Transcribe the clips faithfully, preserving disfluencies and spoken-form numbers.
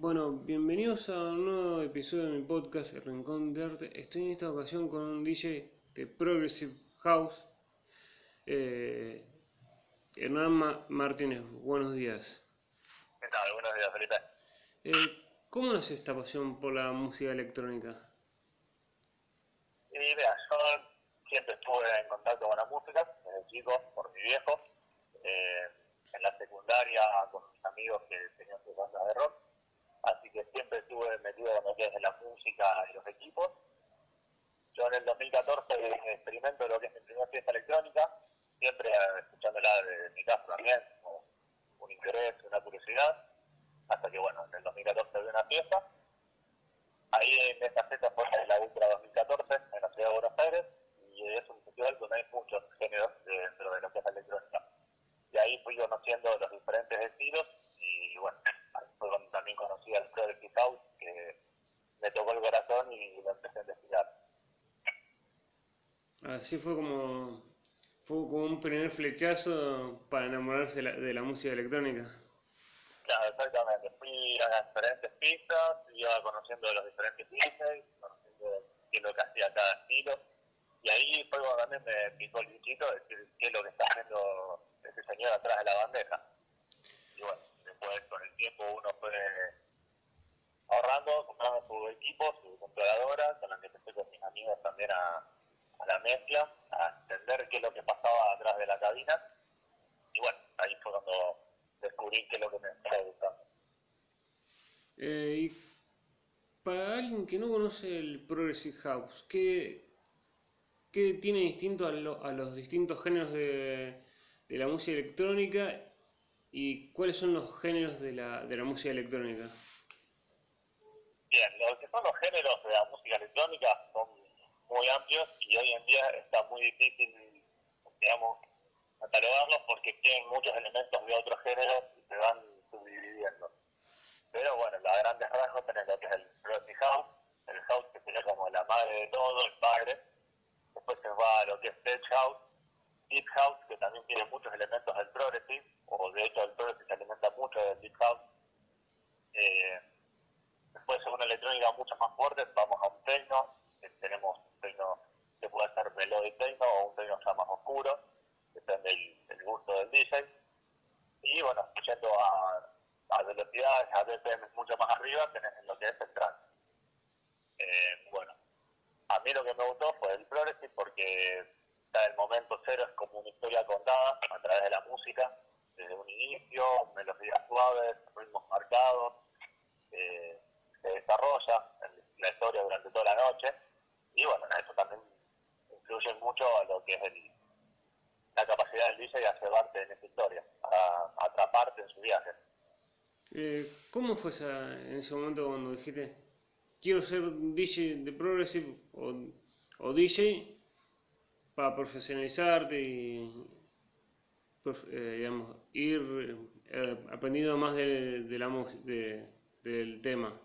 Bueno, bienvenidos a un nuevo episodio de mi podcast, El Rincón de Arte. Estoy en esta ocasión con un D J de Progressive House, eh, Hernán Ma- Martínez. Buenos días. ¿Qué tal? Buenos días, Felipe. Eh, ¿Cómo nació esta pasión por la música electrónica? Y mira, yo siempre estuve en contacto con la música, desde chico, por mi viejo. Eh, en la secundaria con mis amigos que tenían sus bandas de rock. Así que siempre estuve metido en lo que es la música y los equipos. Yo en el dos mil catorce experimento lo que es mi primera fiesta electrónica, siempre eh, escuchándola de mi casa también, como un interés, una curiosidad. Hasta que, bueno, en el dos mil catorce había una fiesta. Ahí en esta fecha fue la Ultra dos mil catorce en la ciudad de Buenos Aires y es un festival donde hay muchos géneros dentro de lo que es la electrónica. Y ahí fui conociendo los diferentes estilos y bueno, ahí fue cuando también conocí al Progressive House que me tocó el corazón y lo empecé a investigar. Así fue como, fue como un primer flechazo para enamorarse de la, de la música electrónica. Claro, exactamente. Fui a las diferentes pistas, iba conociendo los diferentes D Js, conociendo qué es lo que hacía cada estilo. Y ahí fue cuando también me picó el bichito de decir qué es lo que está haciendo ese señor atrás de la bandeja. Y bueno, después con el tiempo uno fue ahorrando, comprando su equipo, su controladora, con la que empecé con mis amigos también a, a la mezcla, a entender qué es lo que pasaba atrás de la cabina. Y bueno, ahí fue cuando descubrí qué es lo que me estaba gustando. Eh, y para alguien que no conoce el Progressive House, ¿qué, ¿qué tiene distinto a, lo- a los distintos géneros de, de la música electrónica y cuáles son los géneros de la, de la música electrónica? Bien, lo que son los géneros de la música electrónica son muy amplios y hoy en día está muy difícil, digamos, catalogarlos porque tienen muchos elementos de otros géneros y se van subdividiendo. Pero bueno, a grandes rasgos tenés lo que es el Progressive House, el House que sería como la madre de todo, el padre. Después se va a lo que es Tech House, Deep House, que también tiene muchos elementos del Progressive, o de hecho el Progressive se alimenta mucho del Deep House. Eh, Después, según una electrónica mucho más fuerte, vamos a un techno, que tenemos un techno que puede ser melodic techno o un techno ya más oscuro, depende del, del gusto del D J. Y bueno, yendo a, a velocidades, a B P M mucho más arriba, tenés lo que es el trance. Eh, bueno, a mí lo que me gustó fue el progressive porque ya el momento cero es como una historia contada a través de la música, desde un inicio, melodías suaves, ritmos marcados, eh, se desarrolla en la historia durante toda la noche y bueno, eso también influye mucho a lo que es el, la capacidad del D J de llevarte en esa historia, a, a atraparte en su viaje. Eh, ¿Cómo fue esa, en ese momento cuando dijiste, quiero ser D J de Progressive o, o D J para profesionalizarte y prof- eh, digamos, ir eh, aprendiendo más de, de la música, de, del tema?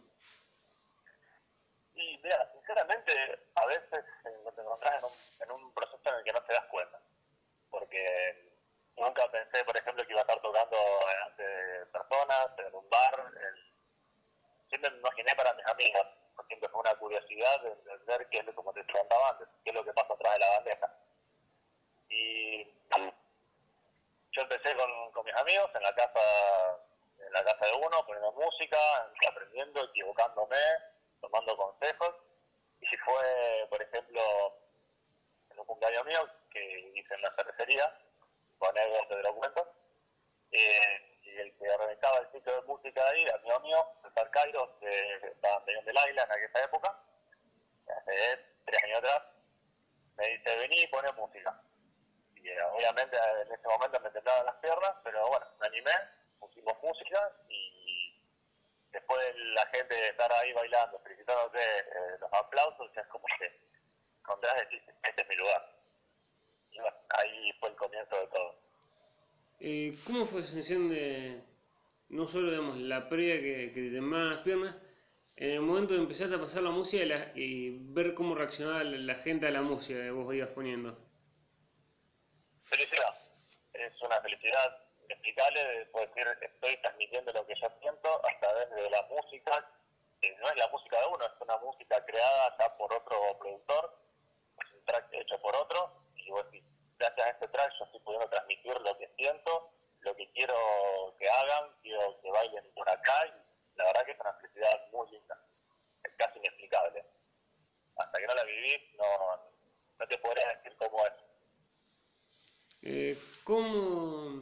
Y mira, sinceramente, a veces eh, te encontrás en un, en un proceso en el que no te das cuenta, porque nunca pensé, por ejemplo, que iba a estar tocando delante de personas, en un bar, en, siempre me imaginé para mis amigos, siempre fue una curiosidad de entender qué es lo, como te contaba antes, qué es lo que pasa atrás de la bandeja. Y yo empecé con, con mis amigos en la casa en la casa de uno, poniendo música, aprendiendo, equivocándome, tomando consejos. Y si fue, por ejemplo, en un cumpleaños mío que hice en la cervecería, con anécdotas te lo cuento, eh, y el que organizaba el ciclo de música ahí, amigo mío, César Cairo, que estaba en Peñón del Águila en aquella época, hace tres años atrás, me dice, vení y poné música. Y eh, obviamente en ese momento me temblaban las piernas, pero bueno, me animé, pusimos música y después la gente de estar ahí bailando, felicitándote, eh, los aplausos, ya es como que encontrás y decís, este es mi lugar. Y bueno, ahí fue el comienzo de todo. Eh, ¿Cómo fue esa sensación de, no solo digamos, la previa que, que te temblaban las piernas, en el momento de empezar a pasar la música y, la- y ver cómo reaccionaba la, la gente a la música que vos ibas poniendo? Felicidad, es una felicidad inexplicable, puedo decir, estoy transmitiendo lo que yo siento a través de la música, que no es la música de uno, es una música creada ya por otro productor, es un track hecho por otro, y vos decís, gracias a este track yo estoy pudiendo transmitir lo que siento, lo que quiero que hagan, quiero que bailen por acá, y la verdad que es una felicidad muy linda, es casi inexplicable. Hasta que no la vivís, no, no te podría decir cómo es. Eh, ¿Cómo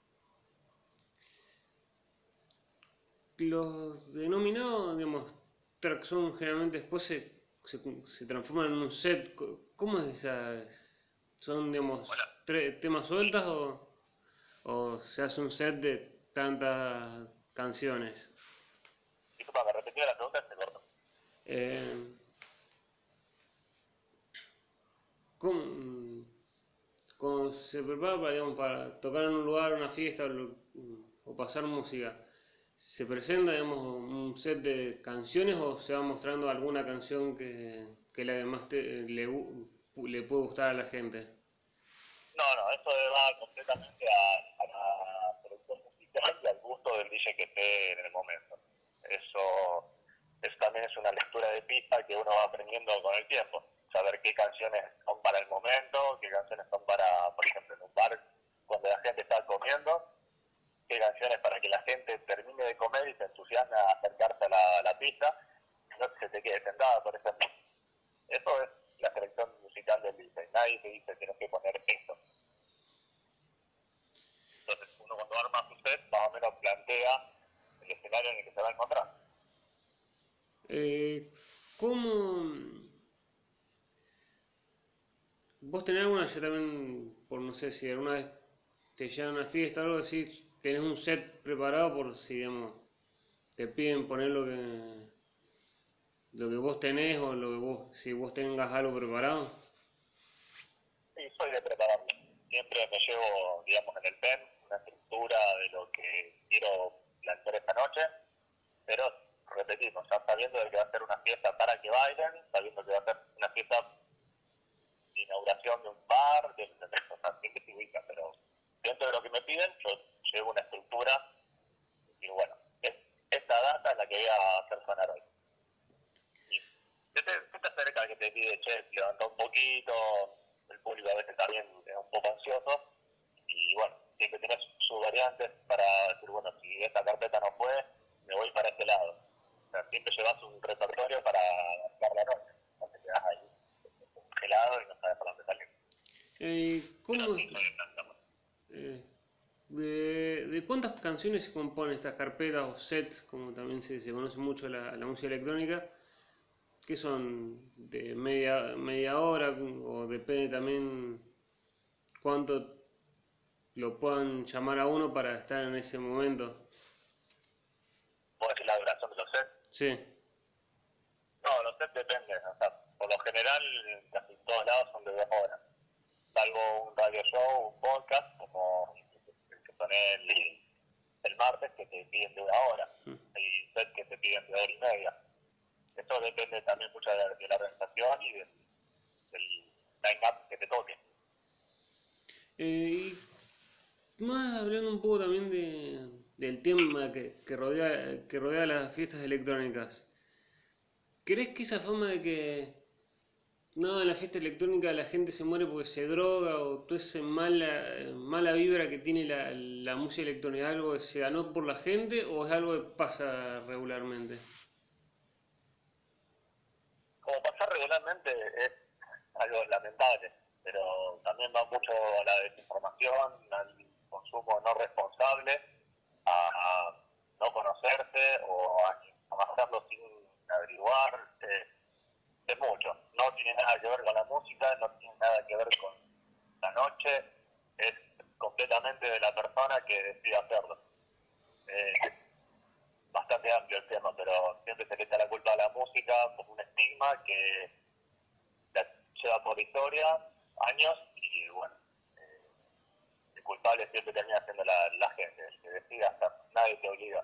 los denominados, digamos, tracks son generalmente después se, se, se transforman en un set? ¿Cómo es esas? ¿Son, digamos, Hola, tres temas sueltas o, o se hace un set de tantas canciones? disculpa, me repetí la pregunta, se cortó. Eh, ¿Cómo, cómo se prepara para, digamos, para tocar en un lugar, una fiesta o, lo- o pasar música? ¿Se presenta, digamos, un set de canciones o se va mostrando alguna canción que, que le, además te- le, le puede gustar a la gente? No, no, eso va completamente a, a la producción musical y al gusto del D J que esté en el momento. Eso, eso también es una lectura de pista que uno va aprendiendo con el tiempo. Saber qué canciones son para el momento, qué canciones son para, por ejemplo, en un bar cuando la gente está comiendo, qué canciones para que la gente termine de comer y se entusiasme a acercarse a la, a la pista, no se te quede sentada, por ejemplo. Eso es la selección musical del D J. Nadie te dice tienes que poner esto. Entonces uno cuando arma su set más o menos plantea el escenario en el que se va a encontrar. Eh, ¿Cómo vos tenés alguna ya también, por no sé si alguna vez te llevan a una fiesta o algo así, tenés un set preparado por si, digamos, te piden poner lo que, lo que vos tenés o lo que vos, si vos tengas algo preparado? Sí, soy de prepararlo. Siempre me llevo, digamos, en el pen una estructura de lo que quiero plantear esta noche, pero repetimos, ya sabiendo de que va a ser una fiesta para que bailen, sabiendo que va a ser una fiesta de inauguración de un bar, de, de, de, o sea, siempre se ubica, pero dentro de lo que me piden, yo llevo una estructura y digo, bueno, es, esta data es la que voy a hacer sonar hoy. Y se te, se te acerca que te pide, che, levanta un poquito, el público a veces también es un poco ansioso, y bueno, siempre tienes sus variantes para decir, bueno, si esta carpeta no fue, me voy para este lado. O sea, siempre llevas un repertorio para dar la noche, no te quedas ahí congelado y no sabes por dónde salir. Eh, Pero ¿Cómo sí, es? soy de plantearlo. Eh, de, ¿De cuántas canciones se compone estas carpetas o sets, como también se, se conoce mucho la, la música electrónica? ¿Qué son? ¿De media, media hora? ¿O depende también cuánto lo puedan llamar a uno para estar en ese momento? Puedo decir la duración de los sets. Sí. No, los sets dependen, o sea, por lo general casi todos lados son de dos horas. Salvo un radio show, un podcast, como el que soné el, el martes, que te piden de una hora. Hay sets que te piden de hora y media. Eso depende también mucho de la, de la organización y del, del line-up que te toque. Eh, y más hablando un poco también de, del tema que, que, rodea, que rodea las fiestas electrónicas. ¿Crees que esa fama de que no, en la fiesta electrónica la gente se muere porque se droga o toda esa mala, mala vibra que tiene la, la música electrónica, ¿es algo que se ganó por la gente o es algo que pasa regularmente? Como pasar regularmente es algo lamentable, pero también va mucho a la desinformación, al consumo no responsable, a, a no conocerse o a, a hacerlo sin averiguar. Eh, es mucho. No tiene nada que ver con la música, no tiene nada que ver con la noche, es completamente de la persona que decide hacerlo. Eh, bastante amplio el tema, pero siempre se le echa la culpa a la música por un estigma que la lleva por historia, años, y bueno, eh, el culpable siempre termina siendo la, la gente, el que decide hacerlo. Nadie te obliga.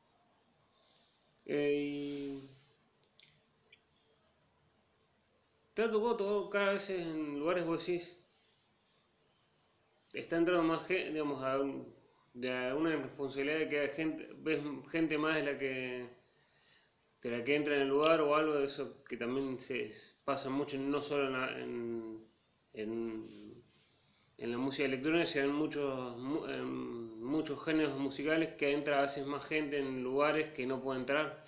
Eh, y te ha tocado tocar a veces en lugares vos decís, está entrando más gente, digamos, a un- de alguna responsabilidad de que hay gente, ves gente más de la que de la que entra en el lugar o algo de eso que también se pasa mucho, no solo en, la- en, en, en la música electrónica, sino en muchos, en muchos géneros musicales que entra a veces más gente en lugares que no puede entrar.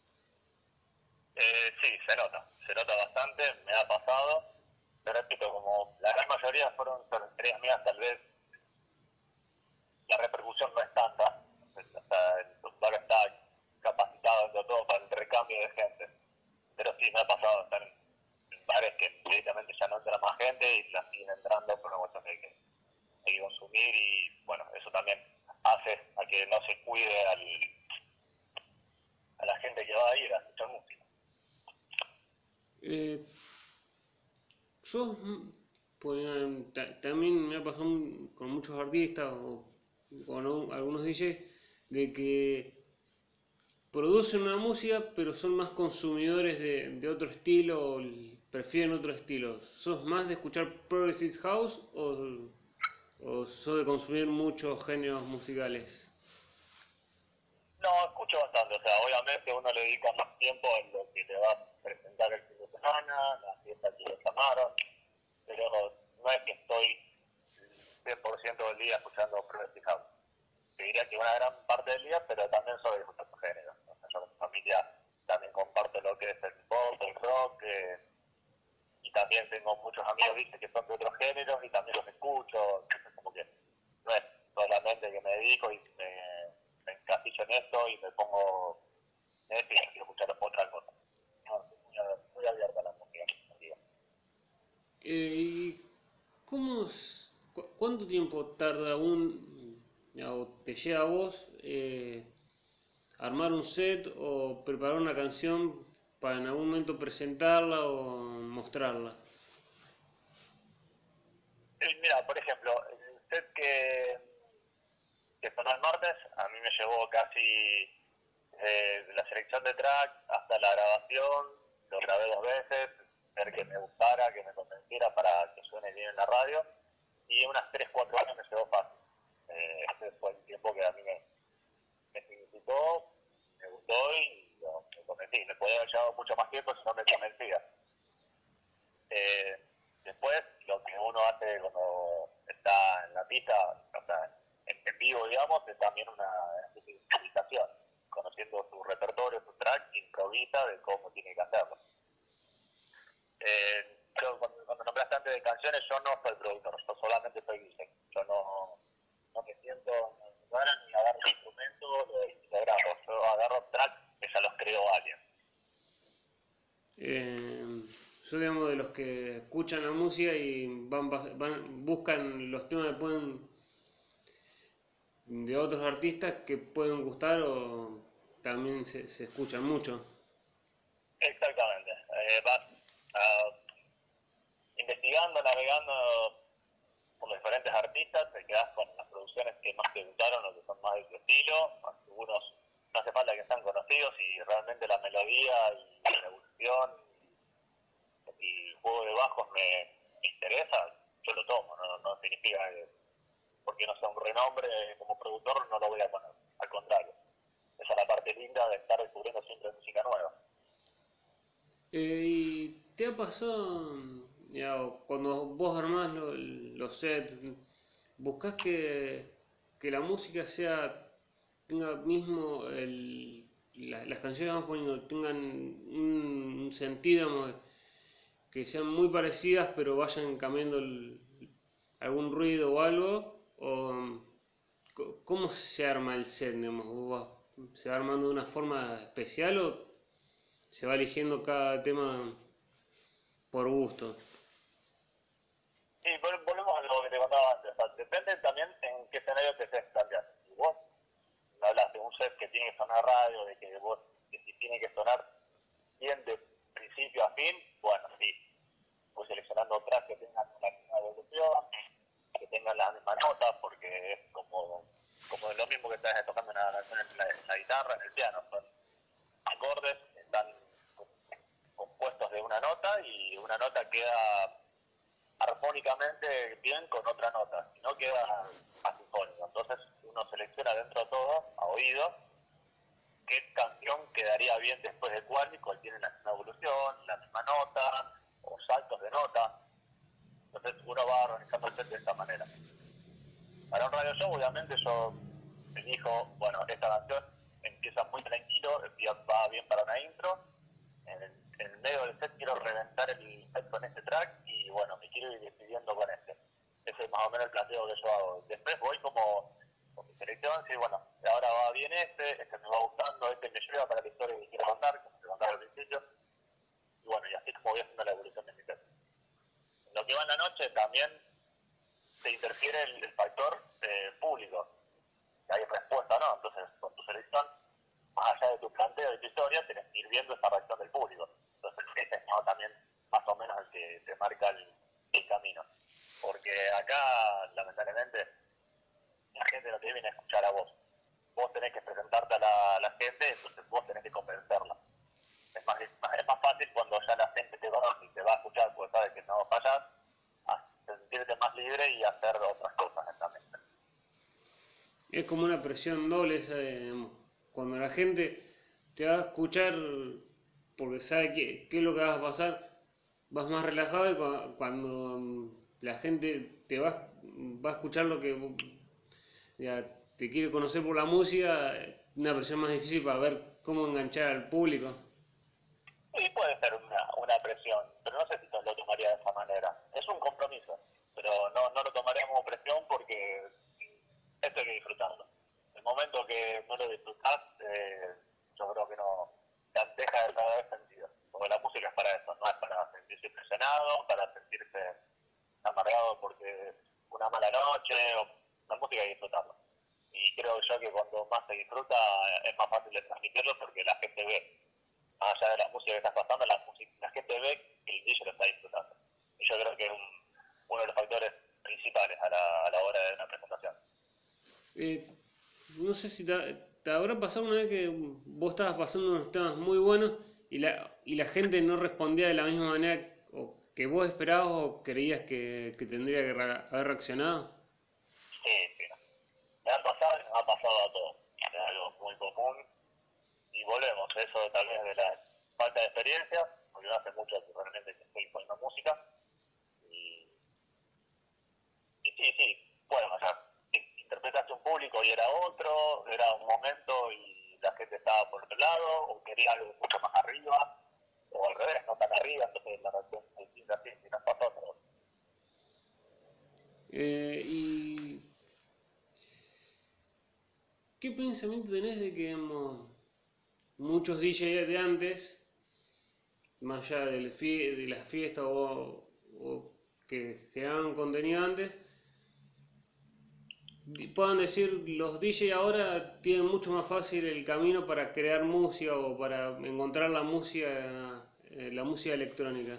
Eh, sí, se nota, se nota bastante, me ha pasado. Te repito, como la gran mayoría fueron sorpresas mías, tal vez la repercusión no es tanta. O sea, el lugar está capacitado entre todo para el recambio de gente. Pero sí me ha pasado de estar en, en bares que directamente ya no entra más gente y la siguen entrando por una cuestión de que hay que consumir y bueno, eso también hace a que no se cuide al, a la gente que va a ir a escuchar música. Eh, yo, pues, también me ha pasado con muchos artistas o con algunos D Js de que producen una música, pero son más consumidores de, de otro estilo, o prefieren otro estilo. ¿Sos más de escuchar Progressive House o, o sos de consumir muchos géneros musicales? No, escucho bastante, o sea, obviamente uno le dedica más tiempo en lo que le va a presentar el fin de semana, la fiesta que le llamaron, pero no es que estoy cien por ciento del día escuchando Progressive House. Te diría que una gran parte del día, pero también soy de otros géneros. O sea, yo con mi familia también comparto lo que es el pop, el rock, eh, y también tengo muchos amigos dice, que son de otros géneros y también los escucho. Entonces, como que no es solamente que me dedico y me, me encasillo en esto y me pongo en esto y no quiero escuchar otra cosa. No, soy muy, muy abierta a la música. Eh, ¿Y cómo, cu cuánto tiempo tarda un, o te lleva a vos eh, armar un set o preparar una canción para en algún momento presentarla o mostrarla? Y mira, por ejemplo, el set que, que sonó el martes, a mí me llevó casi eh, la selección de tracks hasta la grabación, lo grabé dos veces, ver que me gustara, que me convenciera para que suene bien en la radio, y unas tres cuatro horas me llevó fácil. Eh, ese fue el tiempo que a mí me, me significó, me gustó y lo, me convencí. Me podría haber llevado mucho más tiempo si no me convencía. Eh, Después, lo que uno hace cuando está en la pista, o sea, en, en vivo, digamos, es también una especie de improvisación. Conociendo su repertorio, su track, improvisa de cómo tiene que hacerlo. Eh, yo, cuando, cuando nombraste antes de canciones, yo no soy productor, yo solamente soy D J. Yo no, no me siento en el lugar ni agarro el instrumento y lo grabo. Yo agarro tracks que ya los creó alguien. Eh, yo digamos de los que escuchan la música y van, van buscan los temas que pueden de otros artistas que pueden gustar o también se, se escuchan mucho. Exactamente. Eh, vas uh, investigando, navegando por los diferentes artistas, te quedas con las producciones que más te gustaron o que son más de tu estilo. Algunos no hace falta que sean conocidos y realmente la melodía y la evolución y el juego de bajos me, me interesa, yo lo tomo. No, no significa que porque no sea un renombre como productor no lo voy a poner. Al contrario, esa es la parte linda de estar descubriendo siempre música nueva. Eh, ¿Y te ha pasado, ya, cuando vos armás lo- los sets, buscás que, que la música sea, tenga mismo el, la- las canciones que vamos poniendo, tengan un, un sentido, digamos, que sean muy parecidas pero vayan cambiando el- algún ruido o algo? ¿O cómo se arma el set, digamos? ¿Vos ¿Se va armando de una forma especial o se va eligiendo cada tema por gusto? Y volvemos a lo que te contaba antes. O sea, depende también en qué escenario te estés planteando. Si vos me hablas de un set que tiene que sonar radio, de que vos, que si tiene que sonar bien de principio a fin, bueno, sí. Voy seleccionando otras que tengan la misma evolución, que tengan la misma nota, porque es como, como lo mismo que estás tocando una canción en la, en la guitarra, en el piano. Son acordes, están compuestos de una nota y una nota queda armónicamente bien con otra nota, si no queda asinfónico. Entonces uno uno selecciona dentro de todo, a oído, qué canción quedaría bien después de cuál y cuál tiene la misma evolución, la misma nota, o saltos de nota. Entonces uno va organizando el set de esta manera. Para un radio show, obviamente, yo elijo, bueno, esta canción empieza muy tranquilo, va bien para una intro, en el, en el medio del set quiero reventar el set con este track y bueno, me quiero ir decidiendo con este. Ese es más o menos el planteo que yo hago. Después voy como con mi selección, sí, bueno, ahora va bien este, este me va gustando, este me lleva para la historia que quiero contar, como te contaba al principio, y bueno, y así es como voy haciendo la evolución de mi set. En lo que va en la noche también se interfiere el, el factor eh, público, que hay respuesta, ¿no? Entonces, con tu selección, más allá de tu planteo y tu historia, tenés que ir viendo esa reacción del público. Entonces, ese es, ¿no?, también más o menos el que te marca el, el camino. Porque acá, lamentablemente, la gente no te viene a escuchar a vos. Vos tenés que presentarte a la, a la gente, entonces vos tenés que convencerla. Es más, es más, es más fácil cuando ya la gente te conoce y te va a escuchar porque sabe que no fallas, a sentirte más libre y hacer otras cosas en la mente. Es como una presión doble esa, digamos. Cuando la gente te va a escuchar porque sabe qué, qué es lo que vas a pasar, vas más relajado, y cuando, cuando mm, la gente te va, va a escuchar lo que ya, te quiere conocer por la música, una presión más difícil para ver cómo enganchar al público. Sí, puede ser una, una presión, pero no sé si lo tomaría de esa manera. Es un compromiso, pero no, no lo tomaría como presión porque esto hay que disfrutarlo. El momento que no lo disfrutás, eh, yo creo que no deja de haber sentido. Porque la música es para eso, no es para sentirse presionado, para sentirse amargado porque una mala noche. O, la música hay que disfrutarlo. Y creo yo que cuando más se disfruta es más fácil de transmitirlo porque la gente ve, más allá de la música que estás pasando, la, música, la gente ve que el D J lo está disfrutando. Y yo creo que es un, uno de los factores principales a la, a la hora de una presentación. Eh, no sé si te, te habrá pasado una vez que vos estabas pasando unos temas muy buenos y la, y la gente no respondía de la misma manera o que vos esperabas o creías que, que tendría que re- haber reaccionado. Sí, sí, no. Me ha pasado y nos ha pasado a todos. Es algo muy común. Y volvemos, eso tal vez de la falta de experiencia, porque no hace mucho que realmente que estoy poniendo música. Y, y sí, sí, puede pasar. Interpretaste un público y era otro, era un momento y la gente estaba por otro lado, o quería algo mucho más arriba, o al revés, no tan arriba, entonces la reacción es distinta, así, y nos pasó a todos. Eh, ¿Y qué pensamiento tenés de que digamos, muchos D J de antes, más allá del fie- de las fiestas o, o que generaban contenido antes, di- puedan decir los D J ahora tienen mucho más fácil el camino para crear música o para encontrar la música, eh, la música electrónica?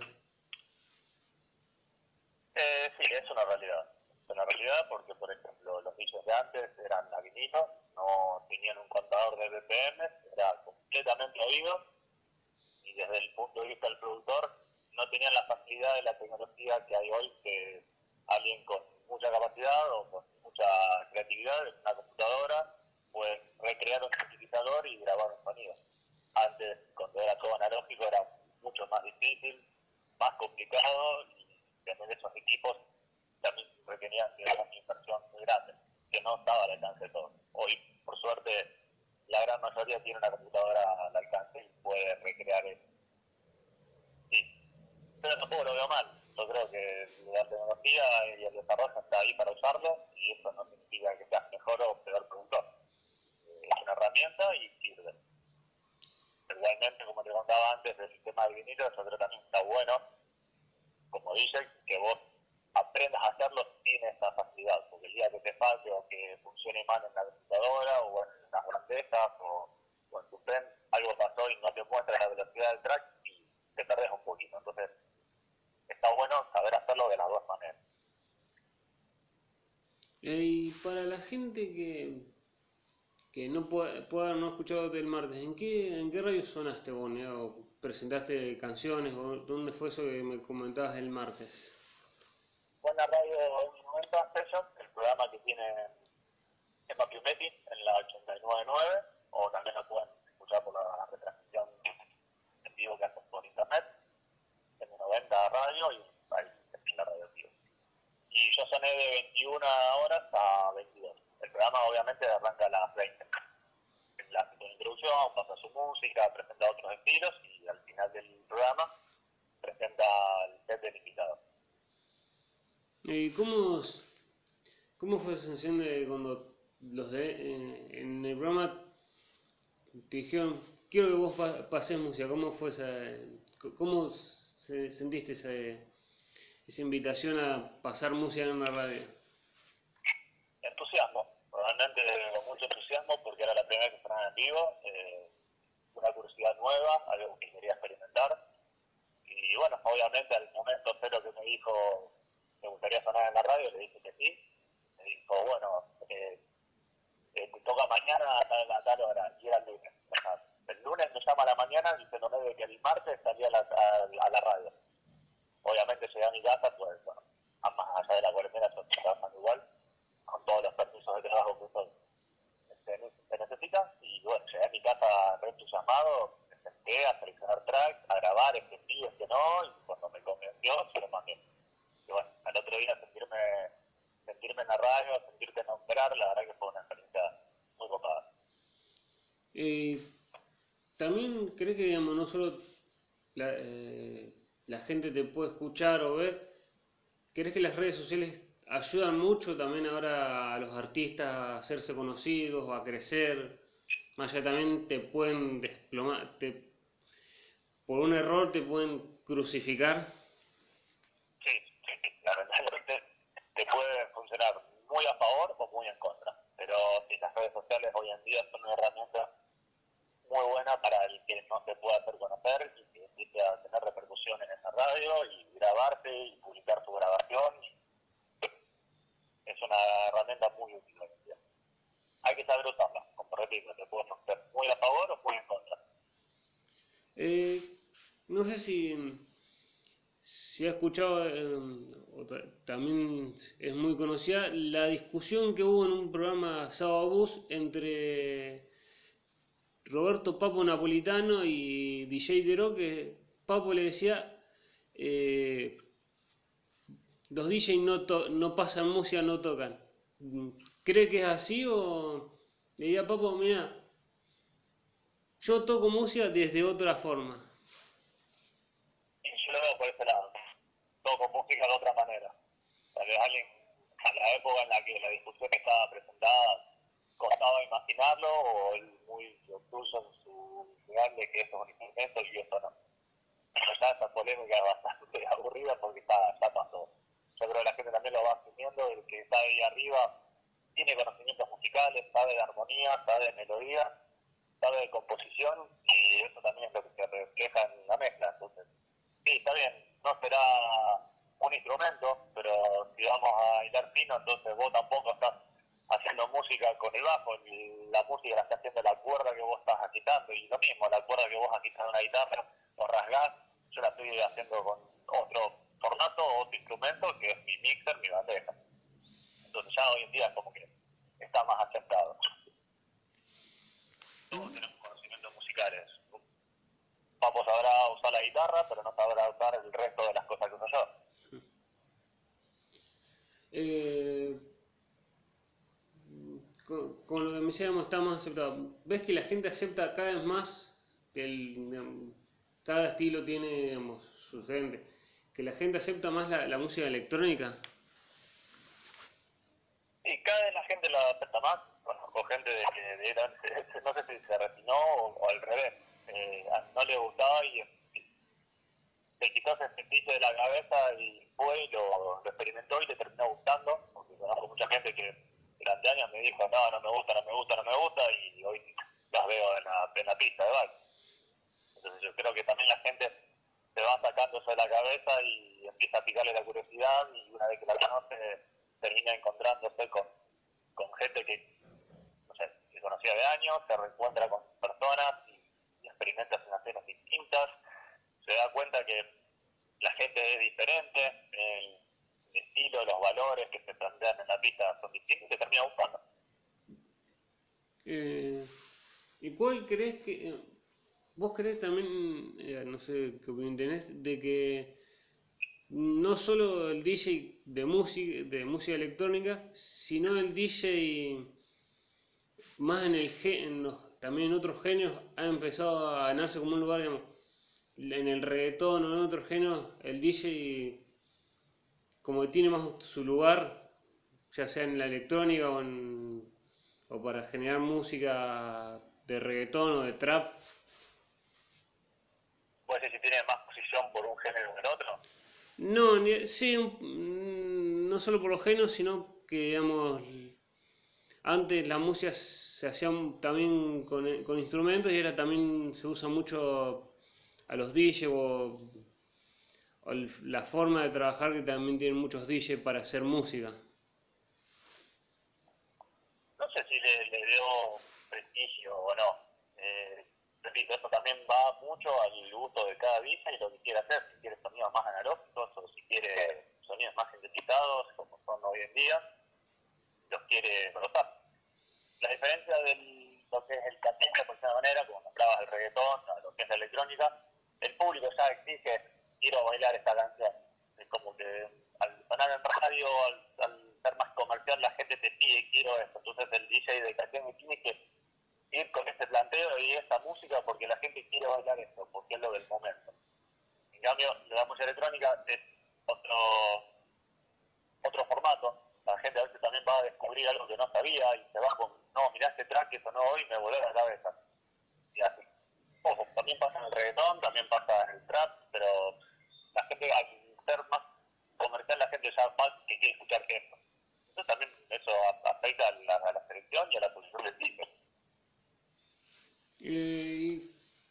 Eh, sí, es una realidad. Es una realidad porque, por ejemplo, los D Js de antes eran a vinilo, no tenían un contador de B P M, era completamente oído, y desde el punto de vista del productor no tenían la facilidad de la tecnología que hay hoy, que alguien con mucha capacidad o con mucha creatividad en una computadora puede recrear un sintetizador y grabar un sonido. Antes, cuando era todo analógico, era mucho más difícil, más complicado, y tener esos equipos también requerían, digamos, una inversión muy grande, que no estaba al alcance de todos. Hoy, por suerte, la gran mayoría tiene una computadora al alcance y puede recrear eso. Sí, pero tampoco lo veo mal. Yo creo que la tecnología y el desarrollo está ahí para usarlo, y eso no significa que seas mejor o peor productor. Es una herramienta y sirve. Pero igualmente, como te contaba antes del tema del vinilo, yo creo que también está bueno, como D J, que vos aprendas a hacerlo sin esa facilidad, porque el día que te falte o que funcione mal en la computadora o en las bandejas o, o en tu pen, algo pasó y no te muestra la velocidad del track y te perdés un poquito. Entonces, está bueno saber hacerlo de las dos maneras. Eh, y para la gente que, que no pueda, pueda no escuchado del martes, ¿en qué, en qué radio sonaste vos, eh? ¿O presentaste canciones? ¿O dónde fue eso que me comentabas el martes? Fue en la radio noventa Session, el programa que tiene Emma Piumetti en la ochenta y nueve punto nueve, o también lo pueden escuchar por la retransmisión en vivo que hacen por internet, en noventa radio y ahí en la radio en vivo. Y yo soné de veintiuna horas a veintidós. El programa obviamente arranca a las veinte. La introducción, pasa su música, presenta otros estilos y al final del programa presenta el set del invitado. ¿Y cómo, cómo fue la sensación de cuando los de, eh, en el programa te dijeron, quiero que vos pa pases música? ¿Cómo fue esa, cómo se, sentiste esa, esa invitación a pasar música en una radio? Entusiasmo, realmente con mucho entusiasmo porque era la primera vez que sonaba en vivo, eh, una curiosidad nueva, algo que quería experimentar. Y bueno, obviamente al momento cero que me dijo me gustaría sonar en la radio, le dije que sí. Me dijo, bueno, eh, eh, te toca mañana a tal, a tal hora, y era el lunes. O sea, el lunes me llama a la mañana diciéndome de que el martes salía a la, a, a la radio. Obviamente llegué a mi casa, pues bueno, más allá de la cuarentena, yo estoy trabajando igual, con todos los permisos de trabajo que son, se, se necesitan. Y bueno, llegué a mi casa re entusiasmado, me senté a seleccionar tracks, a grabar este sí, este no, y cuando me convenció, se lo mandé. Y bueno, al otro día sentirme, sentirme en la radio, sentirte nombrar, la verdad que fue una experiencia muy copada. Eh, También crees que, digamos, no solo la, eh, la gente te puede escuchar o ver, ¿crees que las redes sociales ayudan mucho también ahora a los artistas a hacerse conocidos o a crecer? Más allá también te pueden desplomar, te, por un error te pueden crucificar. Sí, sí, sí, lamentablemente te puede funcionar muy a favor o muy en contra. Pero sí, las redes sociales hoy en día son una herramienta muy buena para el que no se pueda hacer conocer y que empiece a tener repercusiones en la radio y grabarte y publicar tu grabación. Y es una herramienta muy útil hoy en día. Hay que saber usarla, como repito, te puede ser muy a favor o muy en contra. Eh, no sé si, si has escuchado, eh, otra, también es muy conocida, la discusión que hubo en un programa Sábado Bus entre Roberto Papo Napolitano y D J Dero, que Papo le decía, eh, los D J no, to no pasan música, no tocan. ¿Cree que es así o le diría Papo, mira, yo toco música desde otra forma? Y yo lo veo por ese lado. Toco música de otra manera. Tal vez alguien, a la época en la que la discusión estaba presentada, costaba imaginarlo, o él muy obtuso en su ideal de que esto es un instrumento y esto no. Pero ya esa polémica es bastante aburrida porque está, ya pasó. Yo creo que la gente también lo va asumiendo, el que está ahí arriba tiene conocimientos musicales, sabe de armonía, sabe de melodía, sabe de composición, y eso también es lo que se refleja en la mezcla. Entonces, sí, está bien, no será un instrumento, pero si vamos a hilar fino, entonces vos tampoco estás haciendo música con el bajo, la música la está haciendo la cuerda que vos estás agitando, y lo mismo, la cuerda que vos agitas en una guitarra o rasgás, yo la estoy haciendo con otro formato, otro instrumento, que es mi mixer, mi bandeja. Entonces ya hoy en día es como que está más aceptado. Todos tenemos conocimientos musicales. Papo sabrá usar la guitarra, pero no sabrá usar el resto de las cosas que uso yo. Eh, con, con, lo que me decíamos está más aceptado. ¿Ves que la gente acepta cada vez más el, digamos, cada estilo tiene, digamos, su gente? ¿Que la gente acepta más la, la música electrónica? Y cada vez la gente lo acepta más. Conozco gente de que de, de, no sé si se refinó o, o al revés. Eh, no le gustaba y, y se quitó ese fetiche de la cabeza y fue y lo, lo experimentó y le terminó gustando. Porque conozco mucha gente que durante años me dijo, no, no me gusta, no me gusta, no me gusta, y hoy las veo en la, en la pista de baile. Entonces yo creo que también la gente se va sacando eso de la cabeza y empieza a picarle la curiosidad, y una vez que la conoce termina encontrándose con, con gente que, no sé, que conocía de años, se reencuentra con personas y, y experimenta sensaciones distintas, se da cuenta que la gente es diferente, el, el estilo, los valores que se plantean en la pista son distintos y se termina gustando. Eh, ¿Y cuál crees que... eh, vos crees también, eh, no sé qué opinión tenés, de que no solo el D J de música, de música electrónica, sino el D J más en el gé- en los- también en otros géneros ha empezado a ganarse como un lugar, digamos, en el reggaetón o en otros géneros, el D J como que tiene más su lugar, ya sea en la electrónica o, en- o para generar música de reggaetón o de trap. Puede ser si tiene más posición por un género que en otro. No, ni- sí, un- no solo por los géneros, sino que, digamos, antes la música se hacía también con, con instrumentos y ahora también se usa mucho a los D J o, o la forma de trabajar que también tienen muchos D J para hacer música. No sé si le, le dio prestigio o no. Eh, repito, esto también va mucho al gusto de cada D J y lo que quiere hacer, si quiere sonidos más analógicos o si quiere sonidos más sintetizados, como son hoy en día, los quiere brotar. La diferencia de lo que es el cateco, por esa manera, como nombrabas el reggaetón, a lo que es la electrónica, el público ya exige, quiero bailar esta canción. Es como que al sonar en radio, al, al ser más comercial, la gente te pide, quiero esto. Entonces el D J de canción tiene que ir con este planteo y esta música porque la gente quiere bailar esto, porque es lo del momento. En cambio, la música electrónica es otro, otro formato. La gente a veces también va a descubrir algo que no sabía y se va con, no, mirá este track que sonó hoy y me voló la cabeza. Y así. Ojo, también pasa en el reggaetón, también pasa en el trap, pero la gente al ser más comercial, la gente ya va que quiere escuchar esto. Entonces también eso afecta a la, a la selección y a la posición del disco. Eh,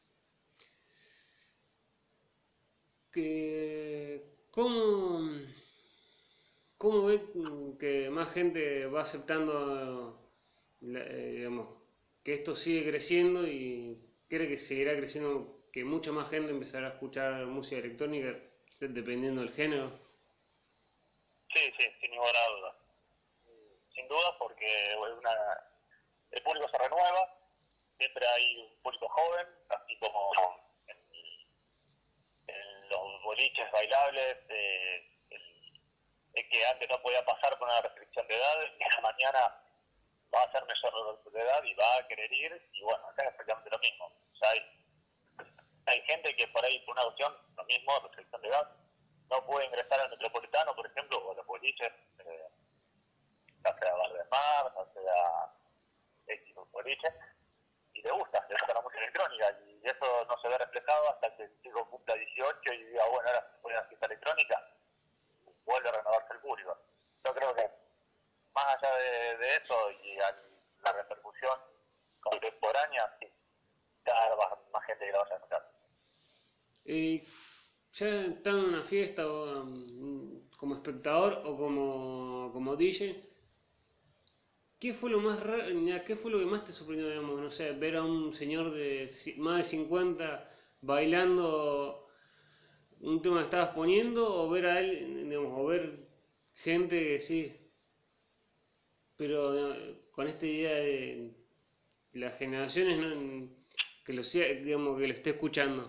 que, ¿cómo, ¿Cómo ve que más gente va aceptando, la- eh, digamos, que esto sigue creciendo y cree que seguirá creciendo, que mucha más gente empezará a escuchar música electrónica dependiendo del género? Sí, sí, sin ninguna duda. Sin duda porque una, el público se renueva, siempre hay un público joven, así como en, en los boliches bailables, eh, el, el que antes no podía pasar por una restricción de edad, el que mañana va a ser mayor de edad y va a querer ir, y bueno, acá es exactamente lo mismo. O sea, hay, hay gente que por ahí, por una cuestión, lo mismo, restricción de edad, no puede ingresar al metropolitano, por ejemplo, o a los boliches, eh, ya sea Bar del Mar, ya sea X boliche, y le gusta, le gusta la música electrónica, y eso no se ve reflejado hasta que el chico cumpla dieciocho y diga, bueno, ahora se puede hacer fiesta electrónica, vuelve a renovarse el público. Yo creo que más allá de, de eso y a la repercusión contemporánea, sí, cada vez más, más gente que la vaya a escuchar. Eh, ya estando en una fiesta o, um, como espectador o como, como D J, ¿qué fue lo más raro, qué fue lo que más te sorprendió, digamos, no sé, ver a un señor de ci- más de cincuenta bailando un tema que estabas poniendo o ver a él, digamos, o ver gente que sí, pero digamos, con esta idea de las generaciones ¿no? que lo sea, digamos, que lo esté escuchando?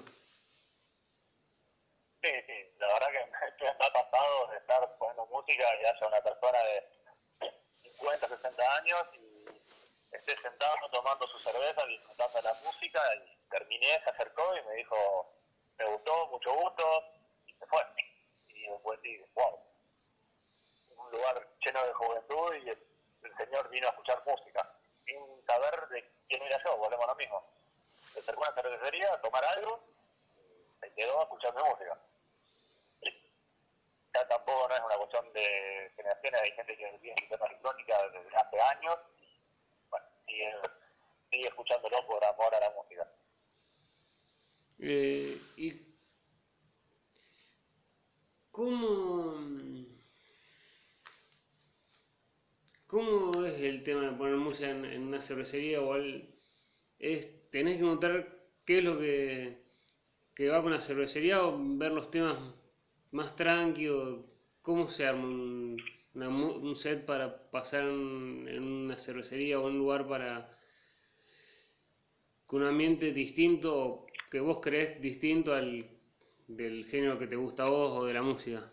Sí, sí, la verdad que me, me ha pasado de estar poniendo música y haya una persona de cincuenta, sesenta años y esté sentado tomando su cerveza, disfrutando la música y terminé, se acercó y me dijo, me gustó, mucho gusto, y se fue. Y después dije, wow, un lugar lleno de juventud y el, el señor vino a escuchar música, sin saber de quién era yo, volvemos a lo mismo. Se acercó a una cervecería a tomar algo y se quedó escuchando música. Ya tampoco no es una cuestión de generaciones, hay gente que viene escuchando electrónica desde hace años y bueno, sigue, sigue escuchándolo por amor a la música. Eh, ¿Y cómo, cómo es el tema de poner música en, en una cervecería o al, es, tenés que notar qué es lo que, que va con la cervecería o ver los temas más tranqui o cómo se arma un, una un set para pasar en, en una cervecería o un lugar para con un ambiente distinto, que vos creés distinto al del género que te gusta a vos o de la música.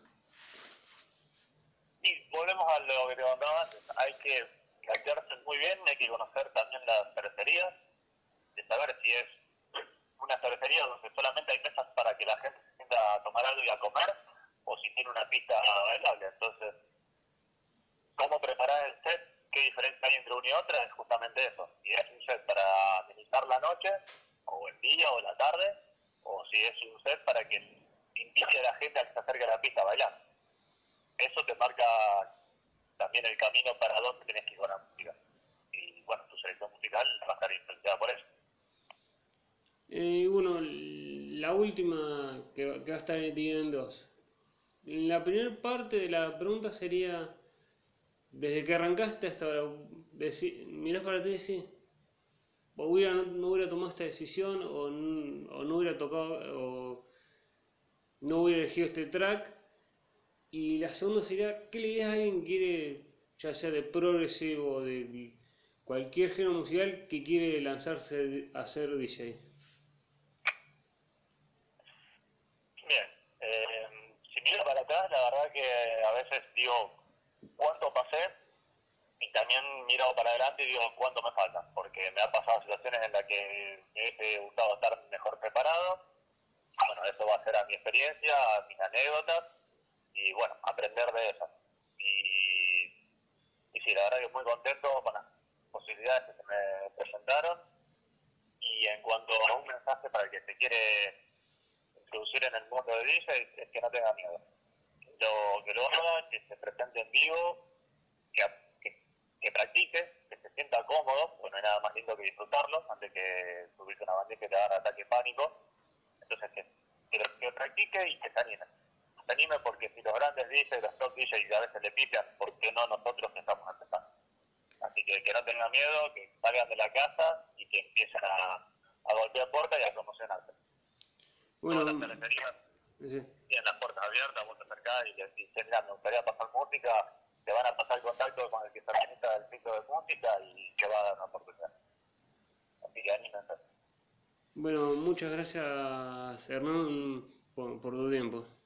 Y volvemos a lo que te contaba antes, hay que plantearse muy bien, hay que conocer también las cervecerías, de saber si es una cervecería donde solamente hay mesas para que la gente se sienta a tomar algo y a comer, o si tiene una pista bailable. Entonces, cómo preparar el set, qué diferencia hay entre una y otra, es justamente eso. Si es un set para amenizar la noche, o el día, o la tarde, o si es un set para que invite a la gente a que se acerque a la pista a bailar. Eso te marca también el camino para dónde tenés que ir con la música. Y bueno, tu selección musical va a estar influenciada por eso. Eh, y bueno, la última que, va- que va a estar dividida en dos. La primera parte de la pregunta sería, desde que arrancaste hasta ahora, deci- mirás para ti y decís, o hubiera, no, no hubiera tomado esta decisión, o, o no hubiera tocado, o no hubiera elegido este track. Y la segunda sería, ¿qué le dirías a alguien que quiere, ya sea de progressive o de cualquier género musical, que quiere lanzarse a ser D J? Bien, eh, si miro para atrás, la verdad que a veces digo cuánto pasé y también miro para adelante y digo cuánto me falta, porque me ha pasado situaciones en las que me hubiese gustado estar mejor preparado. Bueno, esto va a ser a mi experiencia, a mis anécdotas y bueno, aprender de eso. Y, y sí, la verdad que muy contento con las posibilidades que se me presentaron. Y en cuanto a un mensaje para el que se quiere introducir en el mundo de D J, es que no tenga miedo. Lo, que lo haga, que se presente en vivo, que, que, que practique, que se sienta cómodo, porque no hay nada más lindo que disfrutarlo, antes que subirse a una bandera que te haga ataque pánico. Entonces, que, que, que practique y que se anime. Se anime porque si los grandes D Js, los top D Js a veces le pifian, ¿por qué no nosotros que estamos empezando? Así que que no tengan miedo, que salgan de la casa y que empiecen a, a golpear puertas y a promocionarse. Todas las Bueno, cervecerías sí. tienen las puertas abiertas, vos te acercás y le decís, mira, me gustaría pasar música, te van a pasar contacto con el que se organiza el ciclo de música y te va a dar una oportunidad. Así que anímense. Bueno, muchas gracias Hernán por, por tu tiempo.